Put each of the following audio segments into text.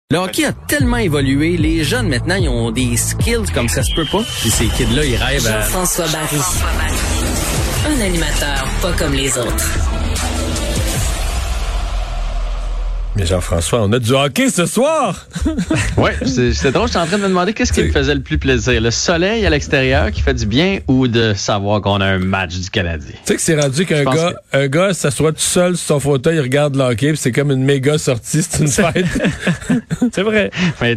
Le hockey a tellement évolué, les jeunes maintenant, ils ont des skills comme ça se peut pas. Puis ces kids-là, ils rêvent à... Jean-François Barry. Un animateur pas comme les autres. Mais Jean-François, on a du hockey ce soir! Oui, c'est drôle, je suis en train de me demander qu'est-ce qui me faisait le plus plaisir. Le soleil à l'extérieur qui fait du bien ou de savoir qu'on a un match du Canadien? Tu sais que c'est rendu qu'un gars s'assoit tout seul sur son fauteuil, il regarde le hockey, puis c'est comme une méga sortie, c'est une fête. C'est vrai.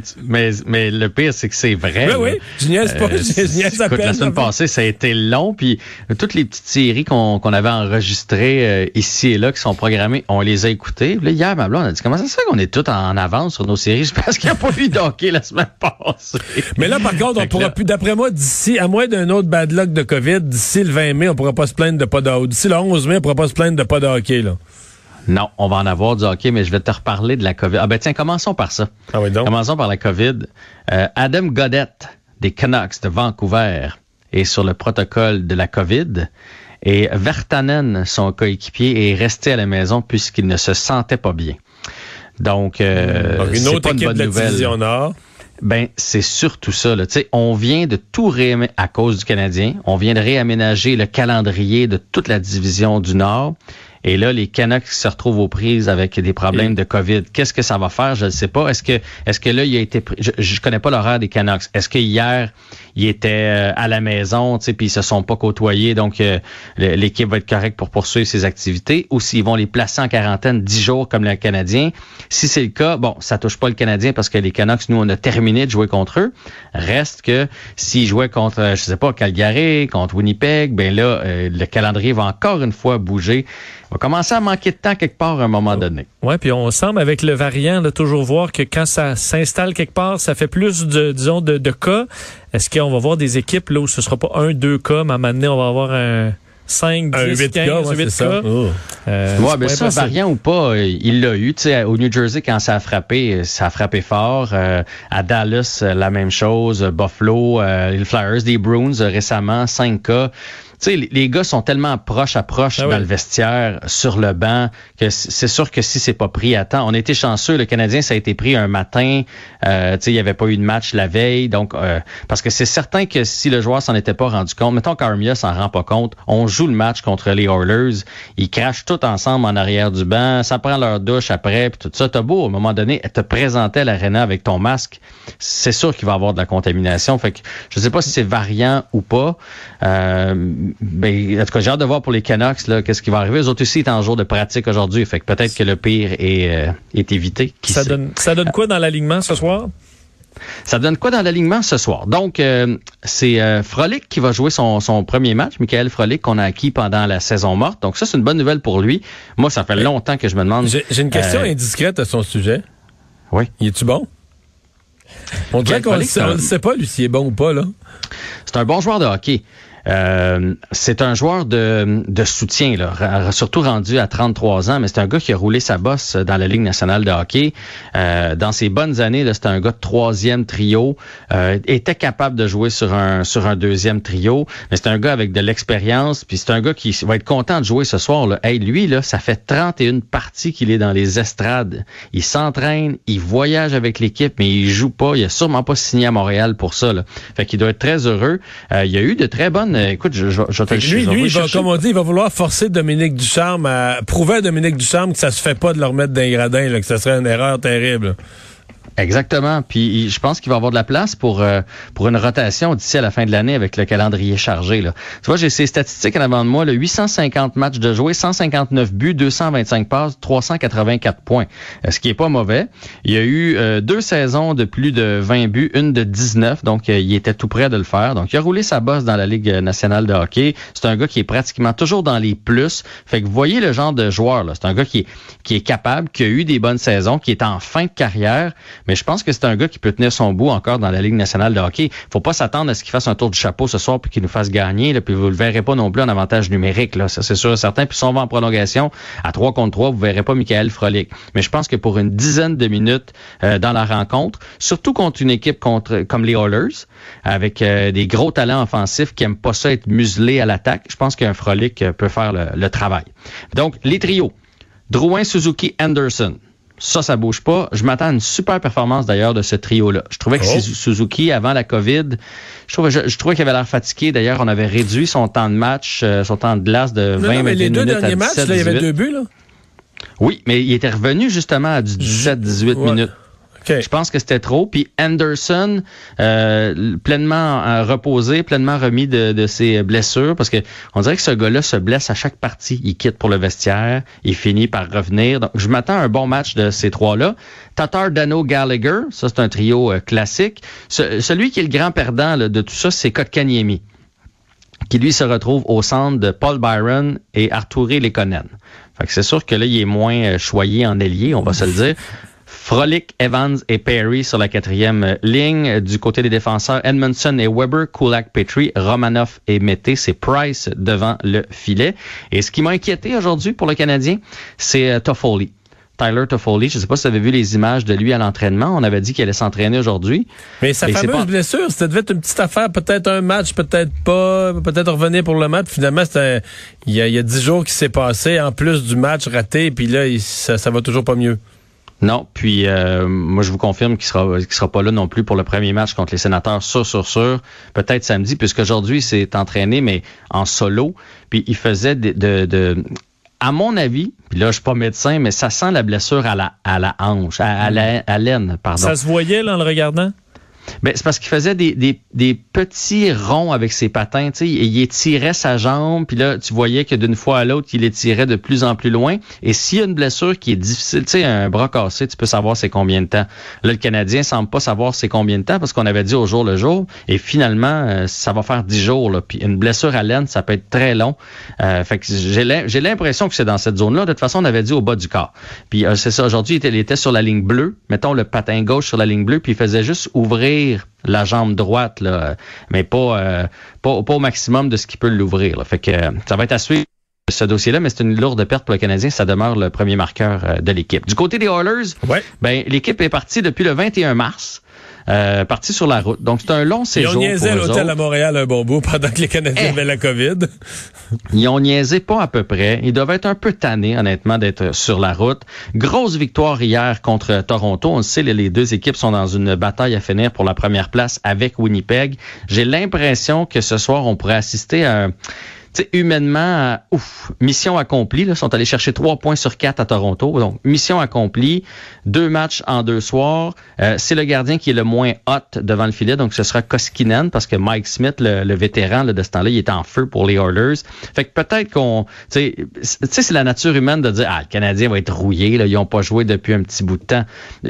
Mais le pire, c'est que c'est vrai. Ben oui, je niaise pas, je niaise à peine. La semaine passée, ça a été long, puis toutes les petites séries qu'on avait enregistrées ici et là, qui sont programmées, on les a écoutées. Là, hier, ma blonde a dit, comment ça se fait qu'on est tous en avance sur nos séries? C'est parce qu'il n'y a pas eu de hockey la semaine passée. Mais là, par contre, on pourra plus, d'après moi, d'ici, à moins d'un autre bad luck de COVID, d'ici le 20 mai, on pourra pas se plaindre de pas de hockey. D'ici le 11 mai, on pourra pas se plaindre de pas de hockey, là. Non, on va en avoir du hockey, mais je vais te reparler de la COVID. Ah ben tiens, commençons par ça. Ah oui, donc. Commençons par la COVID. Adam Gaudette, des Canucks de Vancouver, est sur le protocole de la COVID. Et Virtanen, son coéquipier, est resté à la maison puisqu'il ne se sentait pas bien. Donc une autre équipe de la division Nord. Ben, c'est surtout ça, là. Tu sais, on vient de tout réaménager à cause du Canadien. On vient de réaménager le calendrier de toute la division du Nord. Et là, les Canucks se retrouvent aux prises avec des problèmes de COVID. Qu'est-ce que ça va faire? Je ne sais pas. Est-ce que là, il a été pris? Je connais pas l'horaire des Canucks. Est-ce que hier, il était à la maison, tu sais, puis ils se sont pas côtoyés, donc l'équipe va être correcte pour poursuivre ses activités, ou s'ils vont les placer en quarantaine 10 jours comme le Canadien? Si c'est le cas, bon, ça touche pas le Canadien parce que les Canucks, nous, on a terminé de jouer contre eux. Reste que s'ils jouaient contre, je sais pas, Calgary, contre Winnipeg, ben là, le calendrier va encore une fois bouger. On va commencer à manquer de temps quelque part à un moment donné. Oui, puis on semble avec le variant de toujours voir que quand ça s'installe quelque part, ça fait plus de cas. Est-ce qu'on va voir des équipes là où ce sera pas 1-2 cas, mais à un moment donné, on va avoir un 5, 10, 8 15, cas, 8 cas. Oh. Ben ça, variant ou pas, il l'a eu. Tu sais, au New Jersey, quand ça a frappé fort. À Dallas, la même chose. Buffalo, les Flyers, des Bruins récemment, 5 cas. Tu sais, les gars sont tellement proches dans le vestiaire, sur le banc, que c'est sûr que si c'est pas pris à temps, on a été chanceux. Le Canadien, ça a été pris un matin. Tu sais, il n'y avait pas eu de match la veille. Donc, parce que c'est certain que si le joueur s'en était pas rendu compte, mettons qu'Armia s'en rend pas compte, on joue le match contre les Oilers, ils crachent tout ensemble en arrière du banc, ça prend leur douche après, puis tout ça. T'as beau, à un moment donné, te présenter à l'aréna avec ton masque, c'est sûr qu'il va y avoir de la contamination. Fait que je sais pas si c'est variant ou pas. Ben, en tout cas, j'ai hâte de voir pour les Canucks, là, qu'est-ce qui va arriver. Eux autres aussi, ils sont en jour de pratique aujourd'hui. Fait que peut-être que le pire est évité. Ça donne quoi dans l'alignement ce soir? Ça donne quoi dans l'alignement ce soir? Donc, c'est Frolic qui va jouer son premier match. Michael Frolic, qu'on a acquis pendant la saison morte. Donc, ça, c'est une bonne nouvelle pour lui. Moi, ça fait longtemps que je me demande... J'ai une question indiscrète à son sujet. Oui. Il est-tu bon? On dirait qu'on ne sait pas, lui, s'il est bon ou pas, là. C'est un bon joueur de hockey. C'est un joueur de soutien, là, surtout rendu à 33 ans, mais c'est un gars qui a roulé sa bosse dans la Ligue nationale de hockey. Dans ses bonnes années, là, c'était un gars de 3e trio, était capable de jouer sur un 2e trio, mais c'est un gars avec de l'expérience, puis c'est un gars qui va être content de jouer ce soir, là. Hey, lui, là, ça fait 31 parties qu'il est dans les estrades. Il s'entraîne, il voyage avec l'équipe, mais il joue pas. Il a sûrement pas signé à Montréal pour ça, là. Fait qu'il doit être très heureux. Il y a eu de très bonnes... Écoute, je te lui, il va, comme on dit, il va vouloir forcer Dominique Ducharme à prouver à Dominique Ducharme que ça se fait pas de le remettre dans les gradins, là, que ça serait une erreur terrible. Exactement. Puis je pense qu'il va avoir de la place pour une rotation d'ici à la fin de l'année avec le calendrier chargé, là. Tu vois, j'ai ces statistiques en avant de moi, là, 850 matchs de jouer, 159 buts, 225 passes, 384 points. Ce qui est pas mauvais. Il y a eu 2 saisons de plus de 20 buts, une de 19, donc il était tout prêt de le faire. Donc il a roulé sa bosse dans la Ligue nationale de hockey. C'est un gars qui est pratiquement toujours dans les plus. Fait que vous voyez le genre de joueur, là. C'est un gars qui est capable, qui a eu des bonnes saisons, qui est en fin de carrière. Mais je pense que c'est un gars qui peut tenir son bout encore dans la Ligue nationale de hockey. Faut pas s'attendre à ce qu'il fasse un tour du chapeau ce soir puis qu'il nous fasse gagner, là, puis vous le verrez pas non plus en avantage numérique, là. Ça, c'est sûr et certain. Puis si on va en prolongation à 3 contre 3, vous verrez pas Michael Frolic. Mais je pense que pour une dizaine de minutes dans la rencontre, surtout contre une équipe comme les Oilers, avec des gros talents offensifs qui aiment pas ça être muselés à l'attaque, je pense qu'un Frolic peut faire le travail. Donc, les trios. Drouin, Suzuki, Anderson. Ça bouge pas. Je m'attends à une super performance d'ailleurs de ce trio-là. Je trouvais que Suzuki, avant la COVID, je trouvais qu'il avait l'air fatigué. D'ailleurs, on avait réduit son temps de match, son temps de glace de 20 minutes. Mais les deux derniers matchs, là, il y avait 2 buts, là? Oui, mais il était revenu justement à du 17-18 minutes. Okay. Je pense que c'était trop. Puis Anderson, pleinement reposé, pleinement remis de ses blessures, parce que on dirait que ce gars-là se blesse à chaque partie. Il quitte pour le vestiaire, il finit par revenir. Donc, je m'attends à un bon match de ces trois-là. Tatar, Dano, Gallagher, ça c'est un trio classique. Celui qui est le grand perdant là, de tout ça, c'est Kotkaniemi, qui lui se retrouve au centre de Paul Byron et Arturi Lekonen. Fait que c'est sûr que là, il est moins choyé en ailier, on va se le dire. Frolic, Evans et Perry sur la 4e ligne. Du côté des défenseurs, Edmondson et Weber, Kulak, Petrie, Romanov et Mété. C'est Price devant le filet. Et ce qui m'a inquiété aujourd'hui pour le Canadien, c'est Toffoli. Tyler Toffoli, je ne sais pas si vous avez vu les images de lui à l'entraînement. On avait dit qu'il allait s'entraîner aujourd'hui. Mais sa fameuse blessure, ça devait être une petite affaire, peut-être un match, peut-être pas, peut-être revenir pour le match. Finalement, il y a 10 jours qui s'est passé, en plus du match raté, puis là, ça va toujours pas mieux. Non, puis moi je vous confirme qu'il sera pas là non plus pour le premier match contre les Sénateurs, sûr. Peut-être samedi, puisqu'aujourd'hui il s'est entraîné, mais en solo. Puis il faisait à mon avis, puis là je suis pas médecin, mais ça sent la blessure à la hanche, à l'aine, pardon. Ça se voyait là en le regardant? Ben, c'est parce qu'il faisait des petits ronds avec ses patins, tu sais, il étirait sa jambe, puis là, tu voyais que d'une fois à l'autre, il étirait de plus en plus loin. Et s'il y a une blessure qui est difficile, tu sais, un bras cassé, tu peux savoir c'est combien de temps. Là, le Canadien semble pas savoir c'est combien de temps, parce qu'on avait dit au jour le jour, et finalement, ça va faire 10 jours, là. Puis une blessure à l'aine, ça peut être très long. Fait que j'ai l'impression que c'est dans cette zone-là. De toute façon, on avait dit au bas du corps. Puis c'est ça, aujourd'hui, il était sur la ligne bleue, mettons le patin gauche sur la ligne bleue, puis il faisait juste ouvrir la jambe droite, là, mais pas au maximum de ce qui peut l'ouvrir. Là. Fait que ça va être à suivre ce dossier-là, mais c'est une lourde perte pour le Canadien. Ça demeure le premier marqueur de l'équipe. Du côté des Oilers, ben l'équipe est partie depuis le 21 mars. Parti sur la route. Donc, c'est un long séjour. Ils ont niaisé à l'hôtel à Montréal un bon bout pendant que les Canadiens avaient la COVID. Ils ont niaisé pas à peu près. Ils doivent être un peu tannés, honnêtement, d'être sur la route. Grosse victoire hier contre Toronto. On le sait, les deux équipes sont dans une bataille à finir pour la première place avec Winnipeg. J'ai l'impression que ce soir, on pourrait assister à t'sais, humainement, mission accomplie. Là, ils sont allés chercher 3 points sur 4 à Toronto. Donc, mission accomplie. 2 matchs en 2 soirs. C'est le gardien qui est le moins hot devant le filet. Donc, ce sera Koskinen parce que Mike Smith, le vétéran là, de ce temps-là, il est en feu pour les Oilers. Fait que peut-être qu'on... Tu sais, c'est la nature humaine de dire « Ah, le Canadien va être rouillé. Là, ils n'ont pas joué depuis un petit bout de temps. »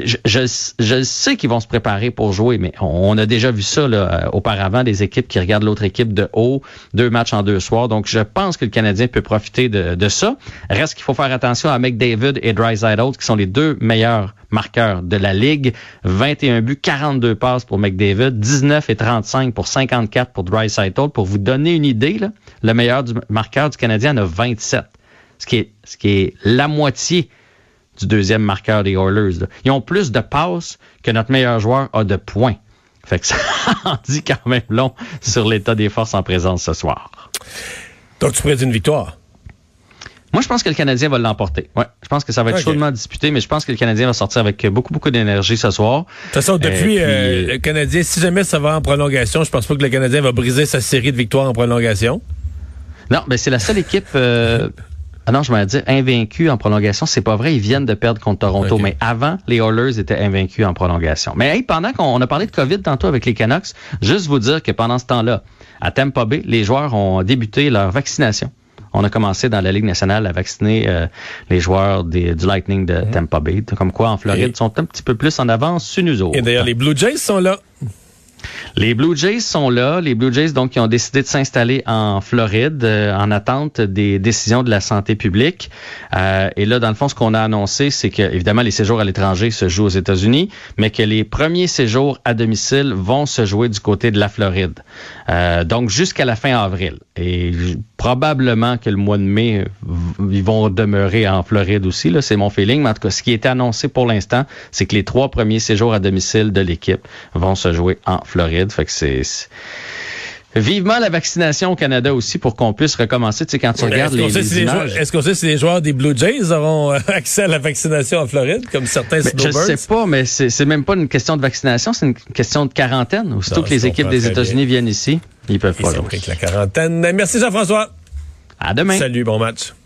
Je sais qu'ils vont se préparer pour jouer, mais on a déjà vu ça là, auparavant, des équipes qui regardent l'autre équipe de haut. 2 matchs en 2 soirs. Donc, je pense que le Canadien peut profiter de ça. Reste qu'il faut faire attention à McDavid et Draisaitl, qui sont les 2 meilleurs marqueurs de la Ligue. 21 buts, 42 passes pour McDavid, 19 et 35 pour 54 pour Draisaitl. Pour vous donner une idée, là, le meilleur marqueur du Canadien en a 27. Ce qui est la moitié du deuxième marqueur des Oilers. Là. Ils ont plus de passes que notre meilleur joueur a de points. Fait que ça en dit quand même long sur l'état des forces en présence ce soir. Donc, tu prédis une victoire? Moi, je pense que le Canadien va l'emporter. Ouais, je pense que ça va être chaudement disputé, mais je pense que le Canadien va sortir avec beaucoup d'énergie ce soir. De toute façon, depuis le Canadien, si jamais ça va en prolongation, je pense pas que le Canadien va briser sa série de victoires en prolongation. Non, ben c'est la seule équipe... Ah non, je m'allais dire invaincus en prolongation. C'est pas vrai, ils viennent de perdre contre Toronto. Mais avant, les Oilers étaient invaincus en prolongation. Mais pendant qu'on a parlé de COVID tantôt avec les Canucks, juste vous dire que pendant ce temps-là, à Tampa Bay, les joueurs ont débuté leur vaccination. On a commencé dans la Ligue nationale à vacciner les joueurs du Lightning de Tampa Bay. Comme quoi, en Floride, ils sont un petit peu plus en avance sur nous autres. Et d'ailleurs, les Blue Jays sont là. Les Blue Jays sont là. Les Blue Jays, donc, qui ont décidé de s'installer en Floride en attente des décisions de la santé publique. Et là, dans le fond, ce qu'on a annoncé, c'est que, évidemment, les séjours à l'étranger se jouent aux États-Unis, mais que les premiers séjours à domicile vont se jouer du côté de la Floride. Donc, jusqu'à la fin avril. Et probablement que le mois de mai, ils vont demeurer en Floride aussi. Là, c'est mon feeling. Mais en tout cas, ce qui est annoncé pour l'instant, c'est que les 3 premiers séjours à domicile de l'équipe vont se jouer en Floride. Fait que Vivement la vaccination au Canada aussi pour qu'on puisse recommencer. Tu sais, quand tu regardes les images. Est-ce qu'on sait si les joueurs des Blue Jays auront accès à la vaccination en Floride, comme certains Snowbirds? Je sais pas, mais c'est même pas une question de vaccination, c'est une question de quarantaine. Aussitôt que les équipes des États-Unis viennent ici, ils peuvent pas. La quarantaine. Merci Jean-François. À demain. Salut, bon match.